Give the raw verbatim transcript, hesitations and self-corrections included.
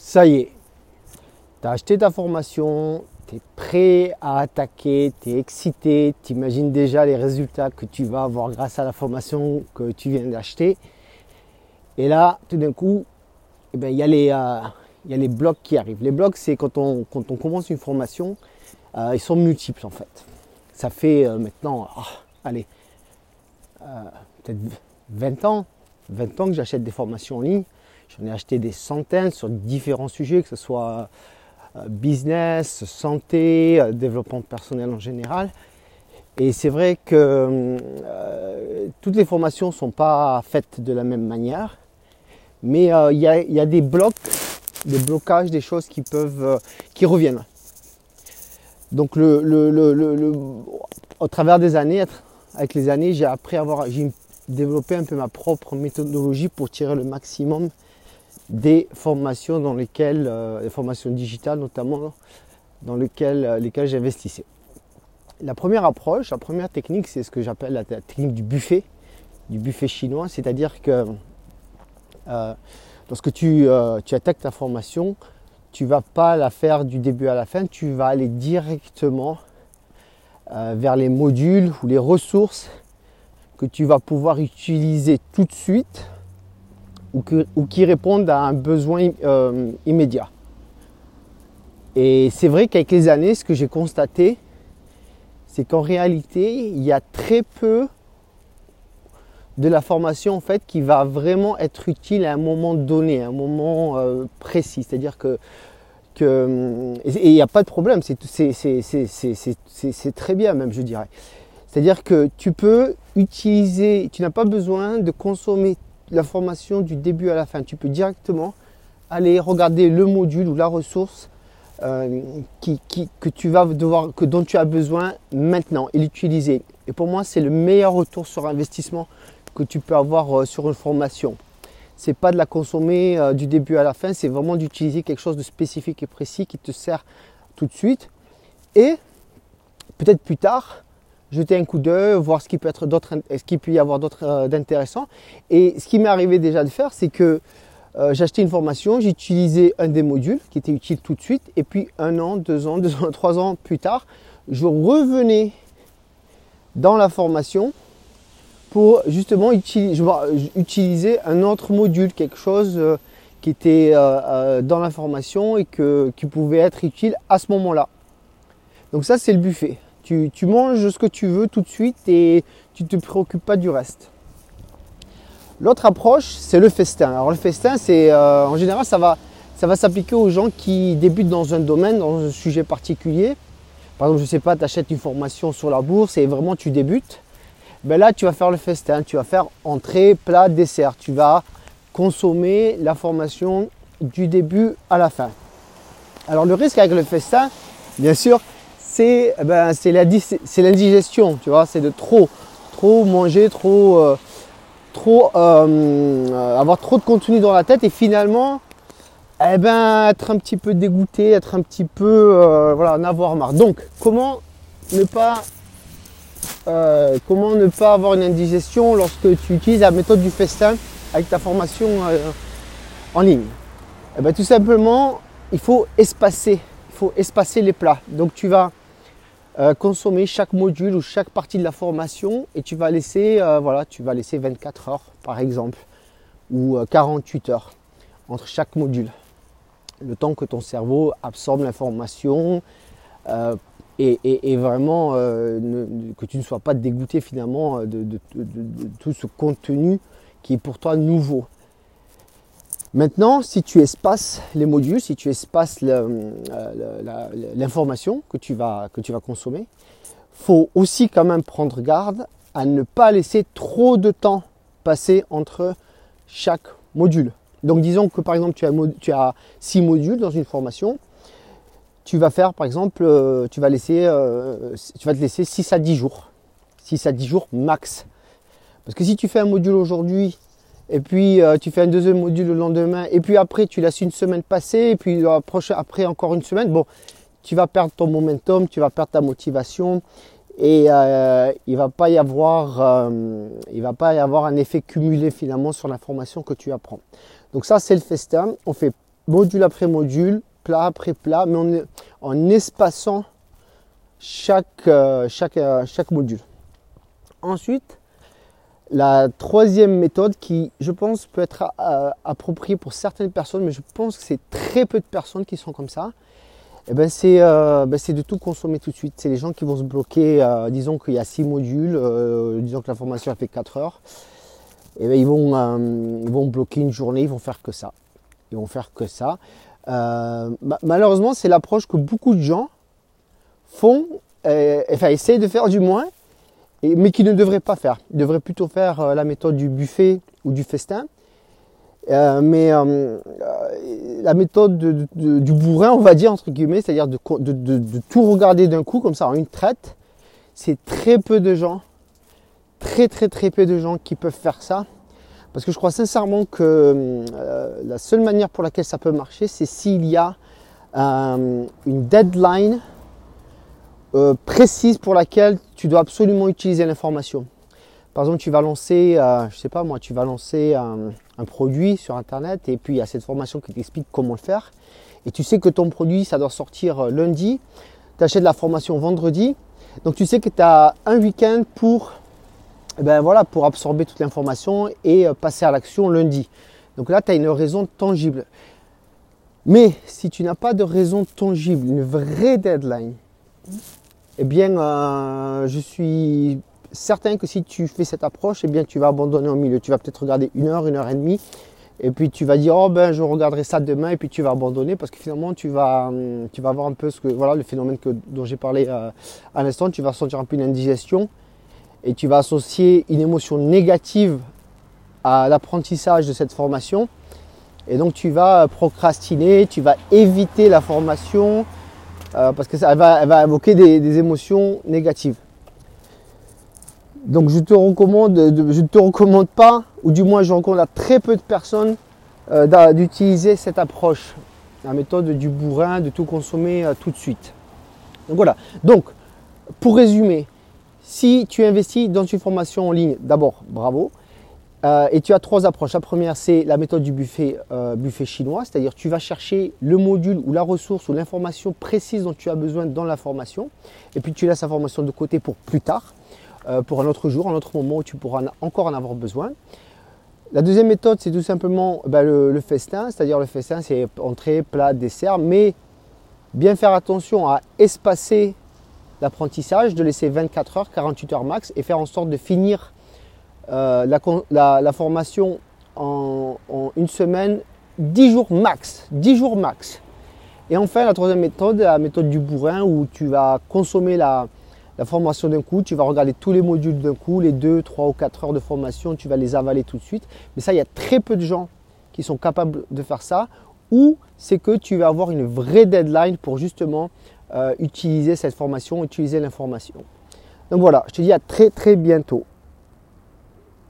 Ça y est, tu as acheté ta formation, tu es prêt à attaquer, tu es excité, tu imagines déjà les résultats que tu vas avoir grâce à la formation que tu viens d'acheter. Et là, tout d'un coup, eh ben, il y a les, euh, il y a les blocs qui arrivent. Les blocs, c'est quand on, quand on commence une formation, euh, ils sont multiples en fait. Ça fait euh, maintenant, oh, allez, euh, peut-être vingt ans, vingt ans que j'achète des formations en ligne. J'en ai acheté des centaines sur différents sujets, que ce soit euh, business, santé, euh, développement personnel en général. Et c'est vrai que euh, toutes les formations ne sont pas faites de la même manière. Mais il euh, y, y a des blocs, des blocages, des choses qui peuvent, euh, qui reviennent. Donc le, le, le, le, le, au travers des années, avec les années, j'ai appris à avoir, j'ai développé un peu ma propre méthodologie pour tirer le maximum des formations dans lesquelles, euh, les formations digitales notamment, dans lesquelles, euh, lesquelles j'investissais. La première approche, la première technique, c'est ce que j'appelle la technique du buffet, du buffet chinois, c'est-à-dire que euh, lorsque tu, euh, tu attaques ta formation, tu ne vas pas la faire du début à la fin, tu vas aller directement euh, vers les modules ou les ressources que tu vas pouvoir utiliser tout de suite ou, que, ou qui répondent à un besoin euh, immédiat. Et c'est vrai qu'avec les années, ce que j'ai constaté, c'est qu'en réalité, il y a très peu de la formation en fait qui va vraiment être utile à un moment donné, à un moment euh, précis. C'est-à-dire que, que et il n'y a pas de problème, c'est, c'est, c'est, c'est, c'est, c'est, c'est très bien même, je dirais. C'est-à-dire que tu peux utiliser, tu n'as pas besoin de consommer la formation du début à la fin. Tu peux directement aller regarder le module ou la ressource euh, qui, qui, que tu vas devoir, que, dont tu as besoin maintenant et l'utiliser. Et pour moi, c'est le meilleur retour sur investissement que tu peux avoir euh, sur une formation. C'est pas de la consommer euh, du début à la fin, c'est vraiment d'utiliser quelque chose de spécifique et précis qui te sert tout de suite. Et peut-être plus tard, jeter un coup d'œil, voir ce qui peut être d'autres, ce qu'il peut y avoir d'autre euh, d'intéressant. Et ce qui m'est arrivé déjà de faire, c'est que euh, j'ai acheté une formation, j'ai utilisé un des modules qui était utile tout de suite, et puis un an, deux ans, deux ans, trois ans plus tard, je revenais dans la formation pour justement utiliser, utiliser un autre module, quelque chose euh, qui était euh, euh, dans la formation et que, qui pouvait être utile à ce moment-là. Donc ça, c'est le buffet. Tu, tu manges ce que tu veux tout de suite et tu ne te préoccupes pas du reste. L'autre approche, c'est le festin. Alors le festin, c'est euh, en général, ça va, ça va s'appliquer aux gens qui débutent dans un domaine, dans un sujet particulier. Par exemple, je ne sais pas, tu achètes une formation sur la bourse et vraiment tu débutes. Ben là, tu vas faire le festin, tu vas faire entrée, plat, dessert. Tu vas consommer la formation du début à la fin. Alors le risque avec le festin, bien sûr, c'est ben, c'est l'indigestion, tu vois, c'est de trop, trop manger, trop, euh, trop euh, avoir trop de contenu dans la tête et finalement, eh ben, être un petit peu dégoûté, être un petit peu, euh, voilà, en avoir marre. Donc, comment ne pas Euh, comment ne pas avoir une indigestion lorsque tu utilises la méthode du festin avec ta formation euh, en ligne? Eh bien, tout simplement, il faut espacer, il faut espacer les plats. Donc tu vas euh, consommer chaque module ou chaque partie de la formation et tu vas laisser, euh, voilà, tu vas laisser vingt-quatre heures par exemple ou euh, quarante-huit heures entre chaque module. Le temps que ton cerveau absorbe l'information. Euh, Et, et, et vraiment euh, ne, que tu ne sois pas dégoûté finalement de, de, de, de, de tout ce contenu qui est pour toi nouveau. Maintenant, si tu espaces les modules, si tu espaces l'information que tu vas, que tu vas consommer, il faut aussi quand même prendre garde à ne pas laisser trop de temps passer entre chaque module. Donc disons que par exemple tu as, tu as six modules dans une formation. Tu vas faire par exemple, euh, tu, vas laisser, euh, tu vas te laisser six à dix jours. six à dix jours max. Parce que si tu fais un module aujourd'hui, et puis euh, tu fais un deuxième module le lendemain, et puis après tu laisses une semaine passer, et puis après, après encore une semaine, bon, tu vas perdre ton momentum, tu vas perdre ta motivation, et euh, il ne va pas y avoir, euh, il va pas y avoir un effet cumulé finalement sur l'information que tu apprends. Donc ça c'est le festin, on fait module après module, plat après plat, mais en, en espaçant chaque, euh, chaque, euh, chaque module. Ensuite, la troisième méthode qui, je pense, peut être euh, appropriée pour certaines personnes, mais je pense que c'est très peu de personnes qui sont comme ça, eh ben c'est euh, ben de tout consommer tout de suite. C'est les gens qui vont se bloquer, euh, disons qu'il y a six modules, euh, disons que la formation a fait quatre heures, et ben ils, vont, euh, ils vont bloquer une journée, ils vont faire que ça. Ils vont faire que ça. Euh, malheureusement, c'est l'approche que beaucoup de gens font, euh, enfin essayent de faire du moins, et, mais qui ne devraient pas faire. Ils devraient plutôt faire euh, la méthode du buffet ou du festin. Euh, mais euh, euh, la méthode de, de, de, du bourrin, on va dire, entre guillemets, c'est-à-dire de, de, de, de tout regarder d'un coup, comme ça, en une traite, c'est très peu de gens, très très très peu de gens qui peuvent faire ça. Parce que je crois sincèrement que euh, la seule manière pour laquelle ça peut marcher, c'est s'il y a euh, une deadline euh, précise pour laquelle tu dois absolument utiliser l'information. Par exemple, tu vas lancer, euh, je sais pas moi, tu vas lancer un, un produit sur Internet et puis il y a cette formation qui t'explique comment le faire. Et tu sais que ton produit, ça doit sortir lundi. Tu achètes la formation vendredi. Donc tu sais que tu as un week-end pour, eh ben voilà, pour absorber toute l'information et passer à l'action lundi. Donc là, tu as une raison tangible. Mais si tu n'as pas de raison tangible, une vraie deadline, eh bien, euh, je suis certain que si tu fais cette approche, eh bien, tu vas abandonner au milieu. Tu vas peut-être regarder une heure, une heure et demie, et puis tu vas dire, oh ben, je regarderai ça demain, et puis tu vas abandonner parce que finalement, tu vas, tu vas avoir un peu ce que, voilà, le phénomène que, dont j'ai parlé euh, à l'instant. Tu vas sentir un peu une indigestion et tu vas associer une émotion négative à l'apprentissage de cette formation. Et donc, tu vas procrastiner, tu vas éviter la formation euh, parce que ça elle va, elle va évoquer des, des émotions négatives. Donc je te recommande, de, je ne te recommande pas, ou du moins je recommande à très peu de personnes euh, d'utiliser cette approche, la méthode du bourrin, de tout consommer euh, tout de suite. Donc voilà. Donc pour résumer, si tu investis dans une formation en ligne, d'abord bravo. Euh, et tu as trois approches. La première, c'est la méthode du buffet, euh, buffet chinois, c'est-à-dire tu vas chercher le module ou la ressource ou l'information précise dont tu as besoin dans la formation, et puis tu laisses la formation de côté pour plus tard. Euh, pour un autre jour, un autre moment où tu pourras encore en avoir besoin. La deuxième méthode, c'est tout simplement ben, le, le festin, c'est-à-dire le festin, c'est entrée, plat, dessert, mais bien faire attention à espacer l'apprentissage, de laisser vingt-quatre heures, quarante-huit heures max, et faire en sorte de finir euh, la, la, la formation en, en une semaine, dix jours max, dix jours max. Et enfin, la troisième méthode, la méthode du bourrin, où tu vas consommer la La formation d'un coup, tu vas regarder tous les modules d'un coup, les deux, trois ou quatre heures de formation, tu vas les avaler tout de suite. Mais ça, il y a très peu de gens qui sont capables de faire ça, ou c'est que tu vas avoir une vraie deadline pour justement euh, utiliser cette formation, utiliser l'information. Donc voilà, je te dis à très très bientôt.